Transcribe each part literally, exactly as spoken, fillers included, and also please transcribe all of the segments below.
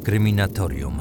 Kryminatorium.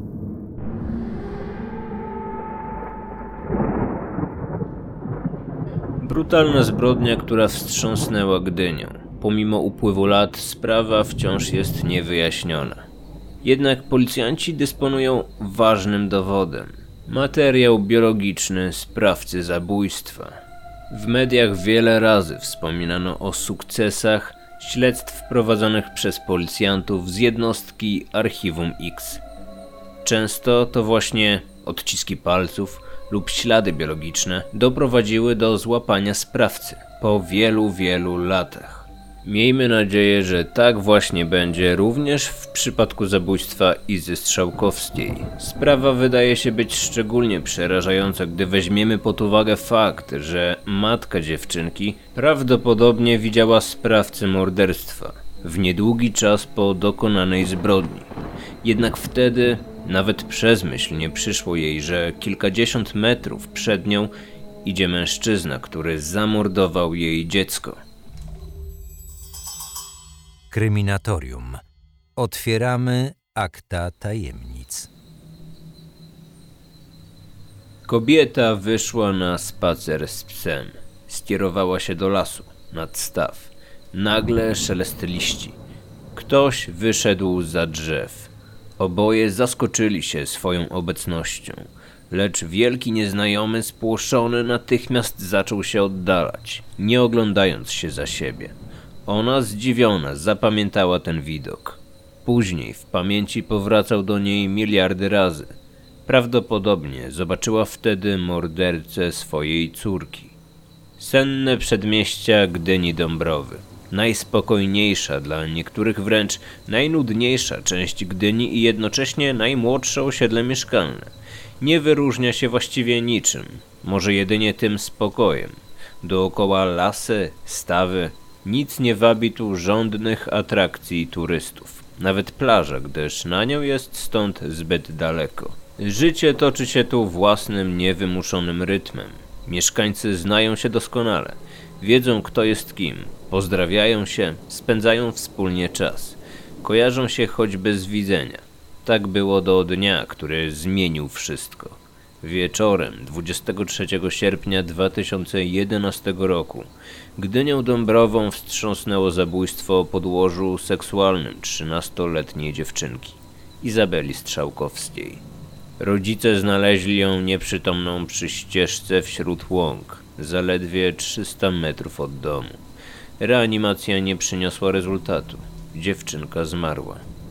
Brutalna zbrodnia, która wstrząsnęła Gdynią. Pomimo upływu lat sprawa wciąż jest niewyjaśniona. Jednak policjanci dysponują ważnym dowodem. Materiał biologiczny sprawcy zabójstwa. W mediach wiele razy wspominano o sukcesach śledztw prowadzonych przez policjantów z jednostki Archiwum X. Często to właśnie odciski palców lub ślady biologiczne doprowadziły do złapania sprawcy po wielu, wielu latach. Miejmy nadzieję, że tak właśnie będzie również w przypadku zabójstwa Izy Strzałkowskiej. Sprawa wydaje się być szczególnie przerażająca, gdy weźmiemy pod uwagę fakt, że matka dziewczynki prawdopodobnie widziała sprawcę morderstwa w niedługi czas po dokonanej zbrodni. Jednak wtedy nawet przez myśl nie przyszło jej, że kilkadziesiąt metrów przed nią idzie mężczyzna, który zamordował jej dziecko. Kryminatorium. Otwieramy akta tajemnic. Kobieta wyszła na spacer z psem. Skierowała się do lasu, nad staw. Nagle szelest liści. Ktoś wyszedł za drzew. Oboje zaskoczyli się swoją obecnością, lecz wielki nieznajomy spłoszony natychmiast zaczął się oddalać, nie oglądając się za siebie. Ona zdziwiona zapamiętała ten widok. Później w pamięci powracał do niej miliardy razy. Prawdopodobnie zobaczyła wtedy mordercę swojej córki. Senne przedmieścia Gdyni Dąbrowy. Najspokojniejsza, dla niektórych wręcz najnudniejsza część Gdyni i jednocześnie najmłodsze osiedle mieszkalne. Nie wyróżnia się właściwie niczym, może jedynie tym spokojem. Dookoła lasy, stawy. Nic nie wabi tu żądnych atrakcji turystów. Nawet plaża, gdyż na nią jest stąd zbyt daleko. Życie toczy się tu własnym, niewymuszonym rytmem. Mieszkańcy znają się doskonale. Wiedzą, kto jest kim. Pozdrawiają się, spędzają wspólnie czas. Kojarzą się choćby z widzenia. Tak było do dnia, który zmienił wszystko. Wieczorem dwudziestego trzeciego sierpnia dwa tysiące jedenastego roku Gdynią Dąbrową wstrząsnęło zabójstwo o podłożu seksualnym trzynastoletniej dziewczynki, Izabeli Strzałkowskiej. Rodzice znaleźli ją nieprzytomną przy ścieżce wśród łąk, zaledwie trzysta metrów od domu. Reanimacja nie przyniosła rezultatu. Dziewczynka zmarła.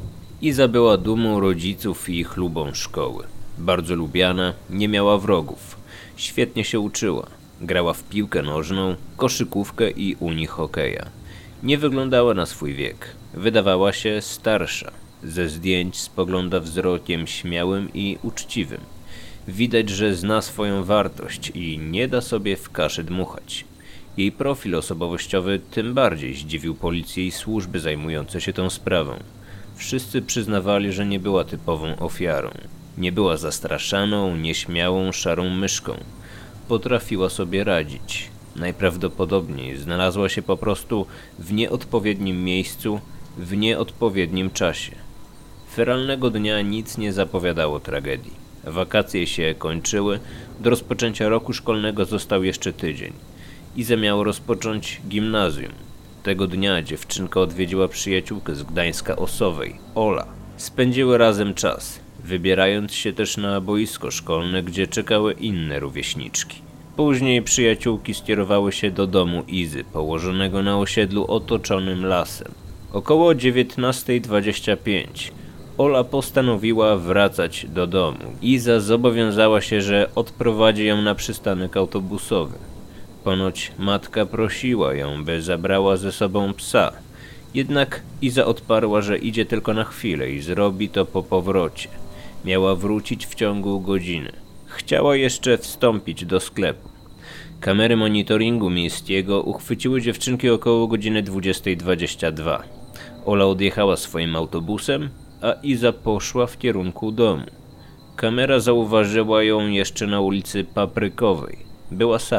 Iza była dumą rodziców i chlubą szkoły. Bardzo lubiana, nie miała wrogów. Świetnie się uczyła. Grała w piłkę nożną, koszykówkę i unihokeja. Nie wyglądała na swój wiek. Wydawała się starsza. Ze zdjęć spogląda wzrokiem śmiałym i uczciwym. Widać, że zna swoją wartość i nie da sobie w kaszy dmuchać. Jej profil osobowościowy tym bardziej zdziwił policję i służby zajmujące się tą sprawą. Wszyscy przyznawali, że nie była typową ofiarą. Nie była zastraszaną, nieśmiałą, szarą myszką. Potrafiła sobie radzić. Najprawdopodobniej znalazła się po prostu w nieodpowiednim miejscu, w nieodpowiednim czasie. Feralnego dnia nic nie zapowiadało tragedii. Wakacje się kończyły, do rozpoczęcia roku szkolnego został jeszcze tydzień. Iza miała rozpocząć gimnazjum. Tego dnia dziewczynka odwiedziła przyjaciółkę z Gdańska Osowej, Ola. Spędziły razem czas, wybierając się też na boisko szkolne, gdzie czekały inne rówieśniczki. Później przyjaciółki skierowały się do domu Izy, położonego na osiedlu otoczonym lasem. Około dziewiętnasta dwadzieścia pięć Ola postanowiła wracać do domu. Iza zobowiązała się, że odprowadzi ją na przystanek autobusowy. Ponoć matka prosiła ją, by zabrała ze sobą psa. Jednak Iza odparła, że idzie tylko na chwilę i zrobi to po powrocie. Miała wrócić w ciągu godziny. Chciała jeszcze wstąpić do sklepu. Kamery monitoringu miejskiego uchwyciły dziewczynki około godziny dwudziestej dwadzieścia dwa. Ola odjechała swoim autobusem, a Iza poszła w kierunku domu. Kamera zauważyła ją jeszcze na ulicy Paprykowej. Była sama.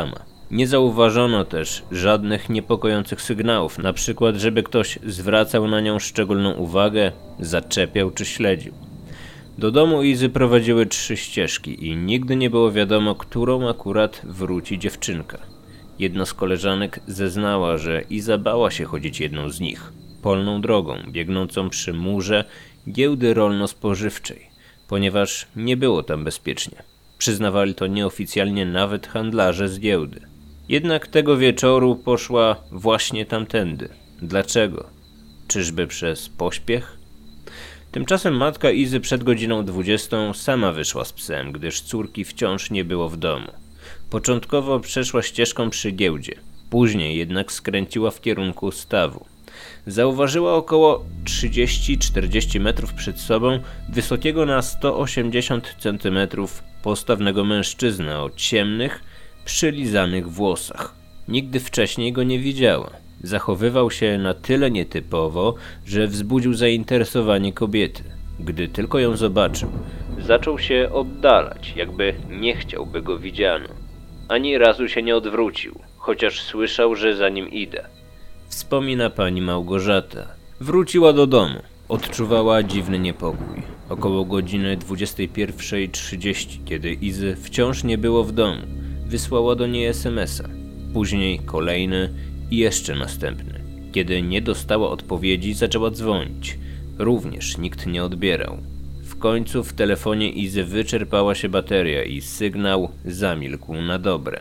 Nie zauważono też żadnych niepokojących sygnałów, na przykład żeby ktoś zwracał na nią szczególną uwagę, zaczepiał czy śledził. Do domu Izy prowadziły trzy ścieżki i nigdy nie było wiadomo, którą akurat wróci dziewczynka. Jedna z koleżanek zeznała, że Iza bała się chodzić jedną z nich, polną drogą, biegnącą przy murze giełdy rolno-spożywczej, ponieważ nie było tam bezpiecznie. Przyznawali to nieoficjalnie nawet handlarze z giełdy. Jednak tego wieczoru poszła właśnie tamtędy. Dlaczego? Czyżby przez pośpiech? Tymczasem matka Izy przed godziną dwudziestą sama wyszła z psem, gdyż córki wciąż nie było w domu. Początkowo przeszła ścieżką przy giełdzie, później jednak skręciła w kierunku stawu. Zauważyła około trzydzieści czterdzieści metrów przed sobą wysokiego na sto osiemdziesiąt centymetrów postawnego mężczyznę o ciemnych, przylizanych włosach. Nigdy wcześniej go nie widziała. Zachowywał się na tyle nietypowo, że wzbudził zainteresowanie kobiety. Gdy tylko ją zobaczył, zaczął się oddalać, jakby nie chciał, by go widziano. Ani razu się nie odwrócił, chociaż słyszał, że za nim idę. Wspomina pani Małgorzata. Wróciła do domu. Odczuwała dziwny niepokój. Około godziny dwudziestej pierwszej trzydzieści, kiedy Izy wciąż nie było w domu, wysłała do niej es em es a. Później kolejny i jeszcze następny. Kiedy nie dostała odpowiedzi, zaczęła dzwonić. Również nikt nie odbierał. W końcu w telefonie Izy wyczerpała się bateria i sygnał zamilkł na dobre.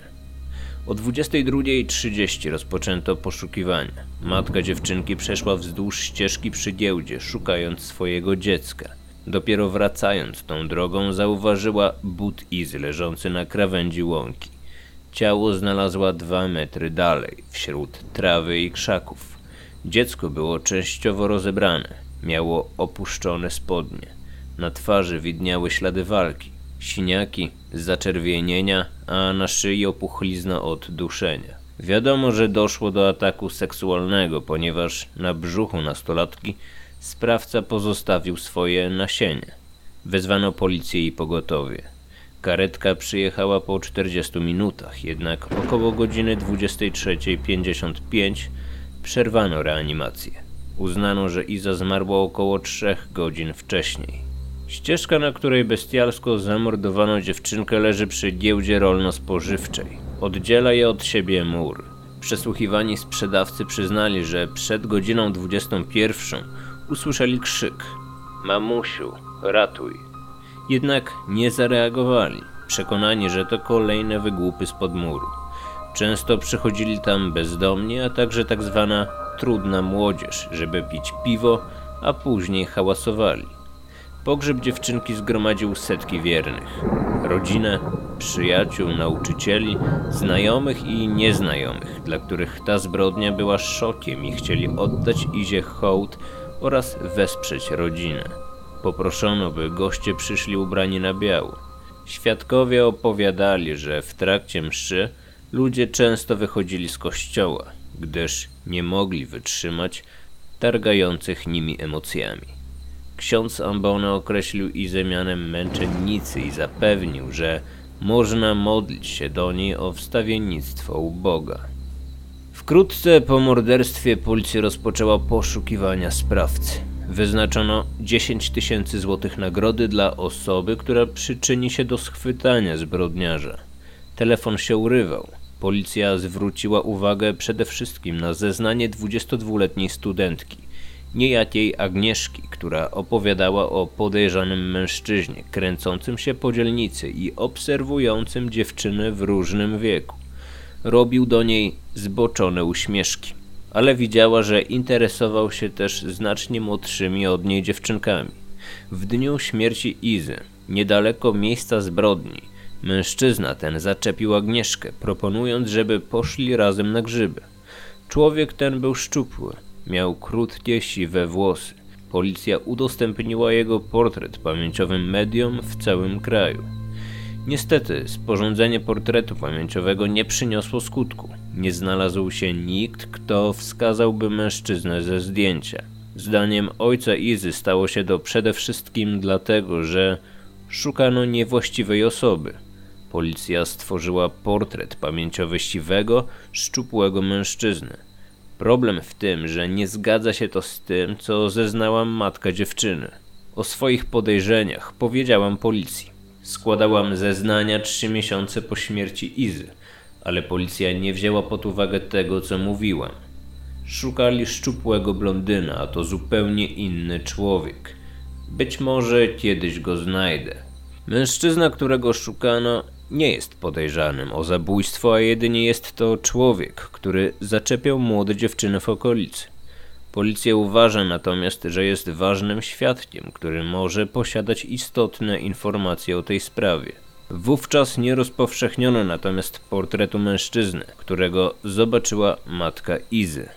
O dwudziestej drugiej trzydzieści rozpoczęto poszukiwania. Matka dziewczynki przeszła wzdłuż ścieżki przy giełdzie, szukając swojego dziecka. Dopiero wracając tą drogą zauważyła but Izy leżący na krawędzi łąki. Ciało znalazła dwa metry dalej, wśród trawy i krzaków. Dziecko było częściowo rozebrane, miało opuszczone spodnie. Na twarzy widniały ślady walki, siniaki, zaczerwienienia, a na szyi opuchlizna od duszenia. Wiadomo, że doszło do ataku seksualnego, ponieważ na brzuchu nastolatki sprawca pozostawił swoje nasienie. Wezwano policję i pogotowie. Karetka przyjechała po czterdziestu minutach, jednak około godziny dwudziestej trzeciej pięćdziesiąt pięć przerwano reanimację. Uznano, że Iza zmarła około trzech godzin wcześniej. Ścieżka, na której bestialsko zamordowano dziewczynkę, leży przy giełdzie rolno-spożywczej. Oddziela je od siebie mur. Przesłuchiwani sprzedawcy przyznali, że przed godziną dwudziestą pierwszą usłyszeli krzyk: „Mamusiu, ratuj!” Jednak nie zareagowali, przekonani, że to kolejne wygłupy spod muru. Często przychodzili tam bezdomni, a także tak zwana trudna młodzież, żeby pić piwo, a później hałasowali. Pogrzeb dziewczynki zgromadził setki wiernych. Rodzinę, przyjaciół, nauczycieli, znajomych i nieznajomych, dla których ta zbrodnia była szokiem i chcieli oddać Izie hołd oraz wesprzeć rodzinę. Poproszono, by goście przyszli ubrani na biało. Świadkowie opowiadali, że w trakcie mszy ludzie często wychodzili z kościoła, gdyż nie mogli wytrzymać targających nimi emocjami. Ksiądz ambony określił Izę mianem męczennicy i zapewnił, że można modlić się do niej o wstawiennictwo u Boga. Wkrótce po morderstwie policja rozpoczęła poszukiwania sprawcy. Wyznaczono dziesięć tysięcy złotych nagrody dla osoby, która przyczyni się do schwytania zbrodniarza. Telefon się urywał. Policja zwróciła uwagę przede wszystkim na zeznanie dwudziestodwuletniej studentki, niejakiej Agnieszki, która opowiadała o podejrzanym mężczyźnie kręcącym się po dzielnicy i obserwującym dziewczynę w różnym wieku. Robił do niej zboczone uśmieszki, ale widziała, że interesował się też znacznie młodszymi od niej dziewczynkami. W dniu śmierci Izy, niedaleko miejsca zbrodni, mężczyzna ten zaczepił Agnieszkę, proponując, żeby poszli razem na grzyby. Człowiek ten był szczupły, miał krótkie, siwe włosy. Policja udostępniła jego portret pamięciowym mediom w całym kraju. Niestety, sporządzenie portretu pamięciowego nie przyniosło skutku. Nie znalazł się nikt, kto wskazałby mężczyznę ze zdjęcia. Zdaniem ojca Izy stało się to przede wszystkim dlatego, że szukano niewłaściwej osoby. Policja stworzyła portret pamięciowy siwego, szczupłego mężczyzny. Problem w tym, że nie zgadza się to z tym, co zeznała matka dziewczyny. O swoich podejrzeniach powiedziałam policji. Składałam zeznania trzy miesiące po śmierci Izy, ale policja nie wzięła pod uwagę tego, co mówiłam. Szukali szczupłego blondyna, a to zupełnie inny człowiek. Być może kiedyś go znajdę. Mężczyzna, którego szukano, nie jest podejrzanym o zabójstwo, a jedynie jest to człowiek, który zaczepiał młode dziewczyny w okolicy. Policja uważa natomiast, że jest ważnym świadkiem, który może posiadać istotne informacje o tej sprawie. Wówczas nie rozpowszechniono natomiast portretu mężczyzny, którego zobaczyła matka Izy.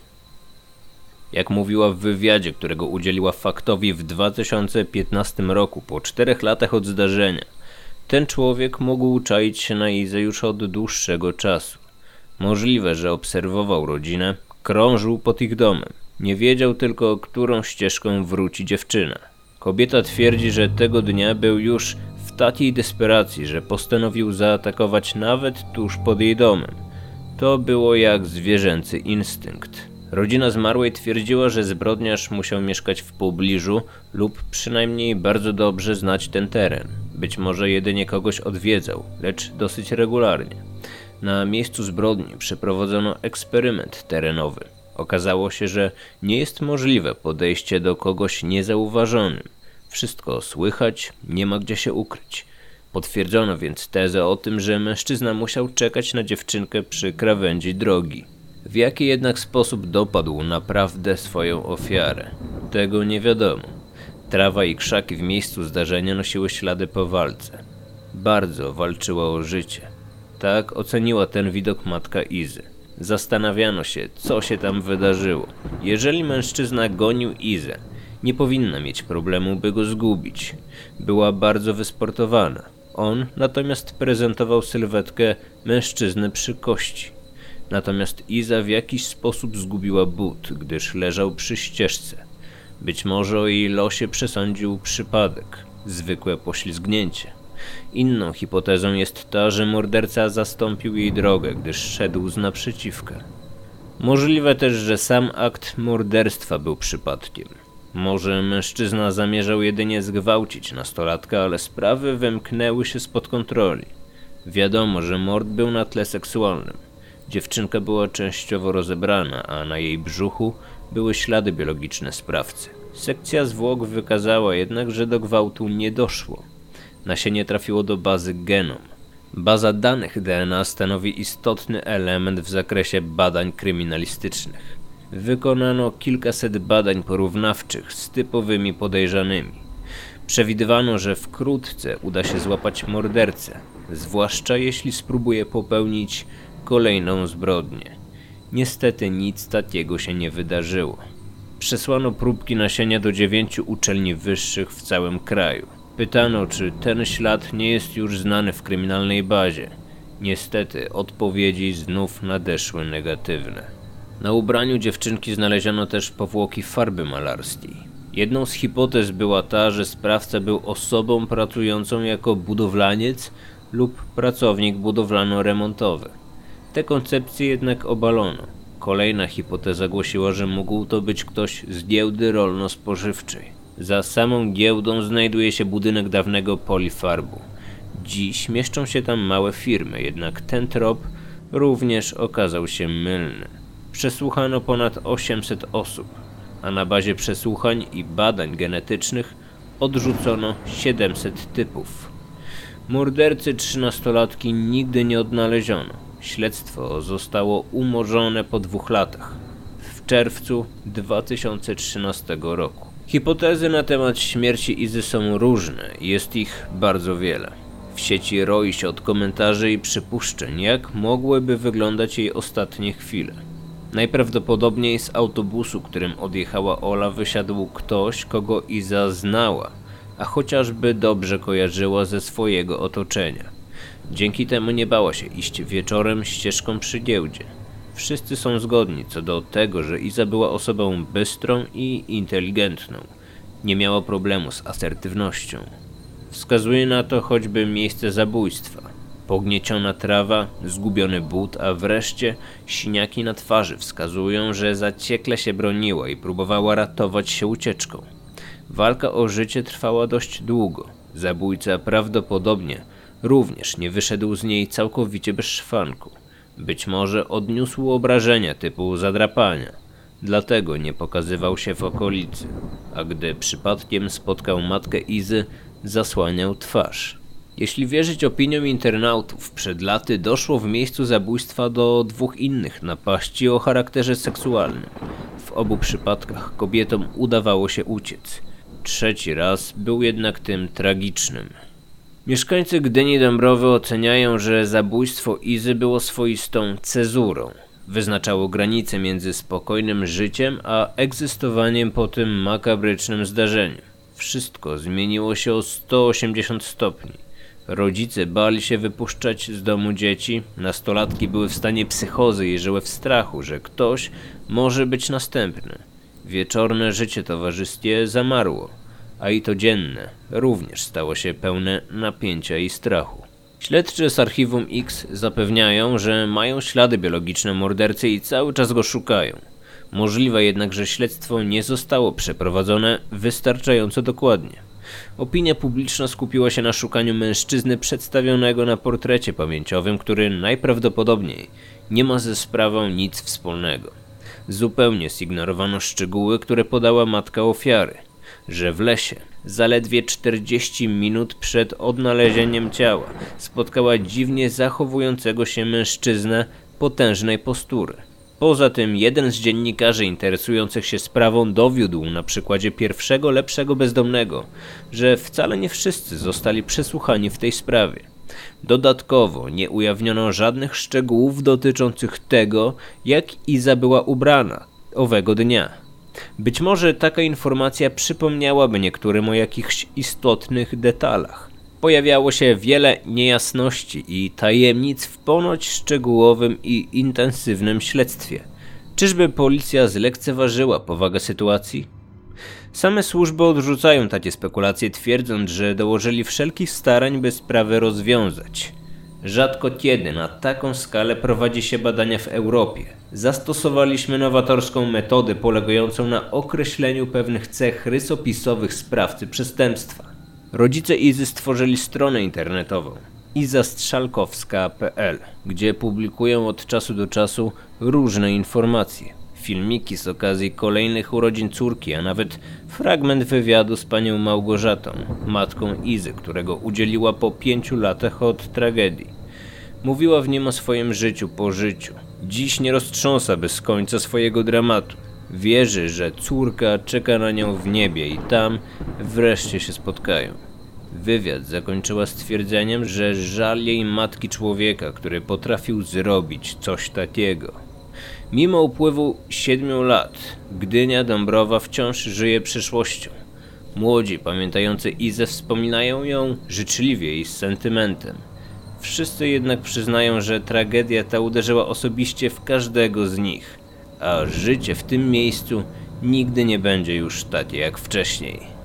Jak mówiła w wywiadzie, którego udzieliła Faktowi w dwa tysiące piętnastym roku, po czterech latach od zdarzenia, ten człowiek mógł czaić się na Izę już od dłuższego czasu. Możliwe, że obserwował rodzinę, krążył pod ich domem. Nie wiedział tylko, którą ścieżką wróci dziewczyna. Kobieta twierdzi, że tego dnia był już w takiej desperacji, że postanowił zaatakować nawet tuż pod jej domem. To było jak zwierzęcy instynkt. Rodzina zmarłej twierdziła, że zbrodniarz musiał mieszkać w pobliżu lub przynajmniej bardzo dobrze znać ten teren. Być może jedynie kogoś odwiedzał, lecz dosyć regularnie. Na miejscu zbrodni przeprowadzono eksperyment terenowy. Okazało się, że nie jest możliwe podejście do kogoś niezauważonym. Wszystko słychać, nie ma gdzie się ukryć. Potwierdzono więc tezę o tym, że mężczyzna musiał czekać na dziewczynkę przy krawędzi drogi. W jaki jednak sposób dopadł naprawdę swoją ofiarę? Tego nie wiadomo. Trawa i krzaki w miejscu zdarzenia nosiły ślady po walce. Bardzo walczyła o życie. Tak oceniła ten widok matka Izy. Zastanawiano się, co się tam wydarzyło. Jeżeli mężczyzna gonił Izę, nie powinna mieć problemu, by go zgubić. Była bardzo wysportowana. On natomiast prezentował sylwetkę mężczyzny przy kości. Natomiast Iza w jakiś sposób zgubiła but, gdyż leżał przy ścieżce. Być może o jej losie przesądził przypadek, zwykłe poślizgnięcie. Inną hipotezą jest ta, że morderca zastąpił jej drogę, gdyż szedł z naprzeciwka. Możliwe też, że sam akt morderstwa był przypadkiem. Może mężczyzna zamierzał jedynie zgwałcić nastolatka, ale sprawy wymknęły się spod kontroli. Wiadomo, że mord był na tle seksualnym. Dziewczynka była częściowo rozebrana, a na jej brzuchu były ślady biologiczne sprawcy. Sekcja zwłok wykazała jednak, że do gwałtu nie doszło. Nasienie trafiło do bazy Genom. Baza danych D N A stanowi istotny element w zakresie badań kryminalistycznych. Wykonano kilkaset badań porównawczych z typowymi podejrzanymi. Przewidywano, że wkrótce uda się złapać mordercę, zwłaszcza jeśli spróbuje popełnić kolejną zbrodnię. Niestety nic takiego się nie wydarzyło. Przesłano próbki nasienia do dziewięciu uczelni wyższych w całym kraju. Pytano, czy ten ślad nie jest już znany w kryminalnej bazie. Niestety odpowiedzi znów nadeszły negatywne. Na ubraniu dziewczynki znaleziono też powłoki farby malarskiej. Jedną z hipotez była ta, że sprawca był osobą pracującą jako budowlaniec lub pracownik budowlano-remontowy. Te koncepcje jednak obalono. Kolejna hipoteza głosiła, że mógł to być ktoś z giełdy rolno-spożywczej. Za samą giełdą znajduje się budynek dawnego Polifarbu. Dziś mieszczą się tam małe firmy, jednak ten trop również okazał się mylny. Przesłuchano ponad osiemset osób, a na bazie przesłuchań i badań genetycznych odrzucono siedemset typów. Mordercy trzynastolatki nigdy nie odnaleziono. Śledztwo zostało umorzone po dwóch latach, w czerwcu dwa tysiące trzynastego roku. Hipotezy na temat śmierci Izy są różne i jest ich bardzo wiele. W sieci roi się od komentarzy i przypuszczeń, jak mogłyby wyglądać jej ostatnie chwile. Najprawdopodobniej z autobusu, którym odjechała Ola, wysiadł ktoś, kogo Iza znała, a chociażby dobrze kojarzyła ze swojego otoczenia. Dzięki temu nie bała się iść wieczorem ścieżką przy giełdzie. Wszyscy są zgodni co do tego, że Iza była osobą bystrą i inteligentną. Nie miała problemu z asertywnością. Wskazuje na to choćby miejsce zabójstwa. Pognieciona trawa, zgubiony but, a wreszcie siniaki na twarzy wskazują, że zaciekle się broniła i próbowała ratować się ucieczką. Walka o życie trwała dość długo. Zabójca prawdopodobnie również nie wyszedł z niej całkowicie bez szwanku. Być może odniósł obrażenia typu zadrapania, dlatego nie pokazywał się w okolicy, a gdy przypadkiem spotkał matkę Izy, zasłaniał twarz. Jeśli wierzyć opiniom internautów, przed laty doszło w miejscu zabójstwa do dwóch innych napaści o charakterze seksualnym. W obu przypadkach kobietom udawało się uciec. Trzeci raz był jednak tym tragicznym. Mieszkańcy Gdyni Dąbrowy oceniają, że zabójstwo Izy było swoistą cezurą. Wyznaczało granicę między spokojnym życiem a egzystowaniem po tym makabrycznym zdarzeniu. Wszystko zmieniło się o sto osiemdziesiąt stopni. Rodzice bali się wypuszczać z domu dzieci, nastolatki były w stanie psychozy i żyły w strachu, że ktoś może być następny. Wieczorne życie towarzyskie zamarło, a i to dzienne również stało się pełne napięcia i strachu. Śledczy z Archiwum X zapewniają, że mają ślady biologiczne mordercy i cały czas go szukają. Możliwe jednak, że śledztwo nie zostało przeprowadzone wystarczająco dokładnie. Opinia publiczna skupiła się na szukaniu mężczyzny przedstawionego na portrecie pamięciowym, który najprawdopodobniej nie ma ze sprawą nic wspólnego. Zupełnie zignorowano szczegóły, które podała matka ofiary, że w lesie, zaledwie czterdzieści minut przed odnalezieniem ciała, spotkała dziwnie zachowującego się mężczyznę potężnej postury. Poza tym jeden z dziennikarzy interesujących się sprawą dowiódł na przykładzie pierwszego lepszego bezdomnego, że wcale nie wszyscy zostali przesłuchani w tej sprawie. Dodatkowo nie ujawniono żadnych szczegółów dotyczących tego, jak Iza była ubrana owego dnia. Być może taka informacja przypomniałaby niektórym o jakichś istotnych detalach. Pojawiało się wiele niejasności i tajemnic w ponoć szczegółowym i intensywnym śledztwie. Czyżby policja zlekceważyła powagę sytuacji? Same służby odrzucają takie spekulacje, twierdząc, że dołożyli wszelkich starań, by sprawę rozwiązać. Rzadko kiedy na taką skalę prowadzi się badania w Europie. Zastosowaliśmy nowatorską metodę polegającą na określeniu pewnych cech rysopisowych sprawcy przestępstwa. Rodzice Izy stworzyli stronę internetową iza strzalkowska kropka pe el, gdzie publikują od czasu do czasu różne informacje. Filmiki z okazji kolejnych urodzin córki, a nawet fragment wywiadu z panią Małgorzatą, matką Izy, którego udzieliła po pięciu latach od tragedii. Mówiła w nim o swoim życiu po życiu. Dziś nie roztrząsa bez końca swojego dramatu. Wierzy, że córka czeka na nią w niebie i tam wreszcie się spotkają. Wywiad zakończyła stwierdzeniem, że żal jej matki człowieka, który potrafił zrobić coś takiego. Mimo upływu siedmiu lat, Gdynia Dąbrowa wciąż żyje przyszłością. Młodzi, pamiętający Izę, wspominają ją życzliwie i z sentymentem. Wszyscy jednak przyznają, że tragedia ta uderzyła osobiście w każdego z nich, a życie w tym miejscu nigdy nie będzie już takie jak wcześniej.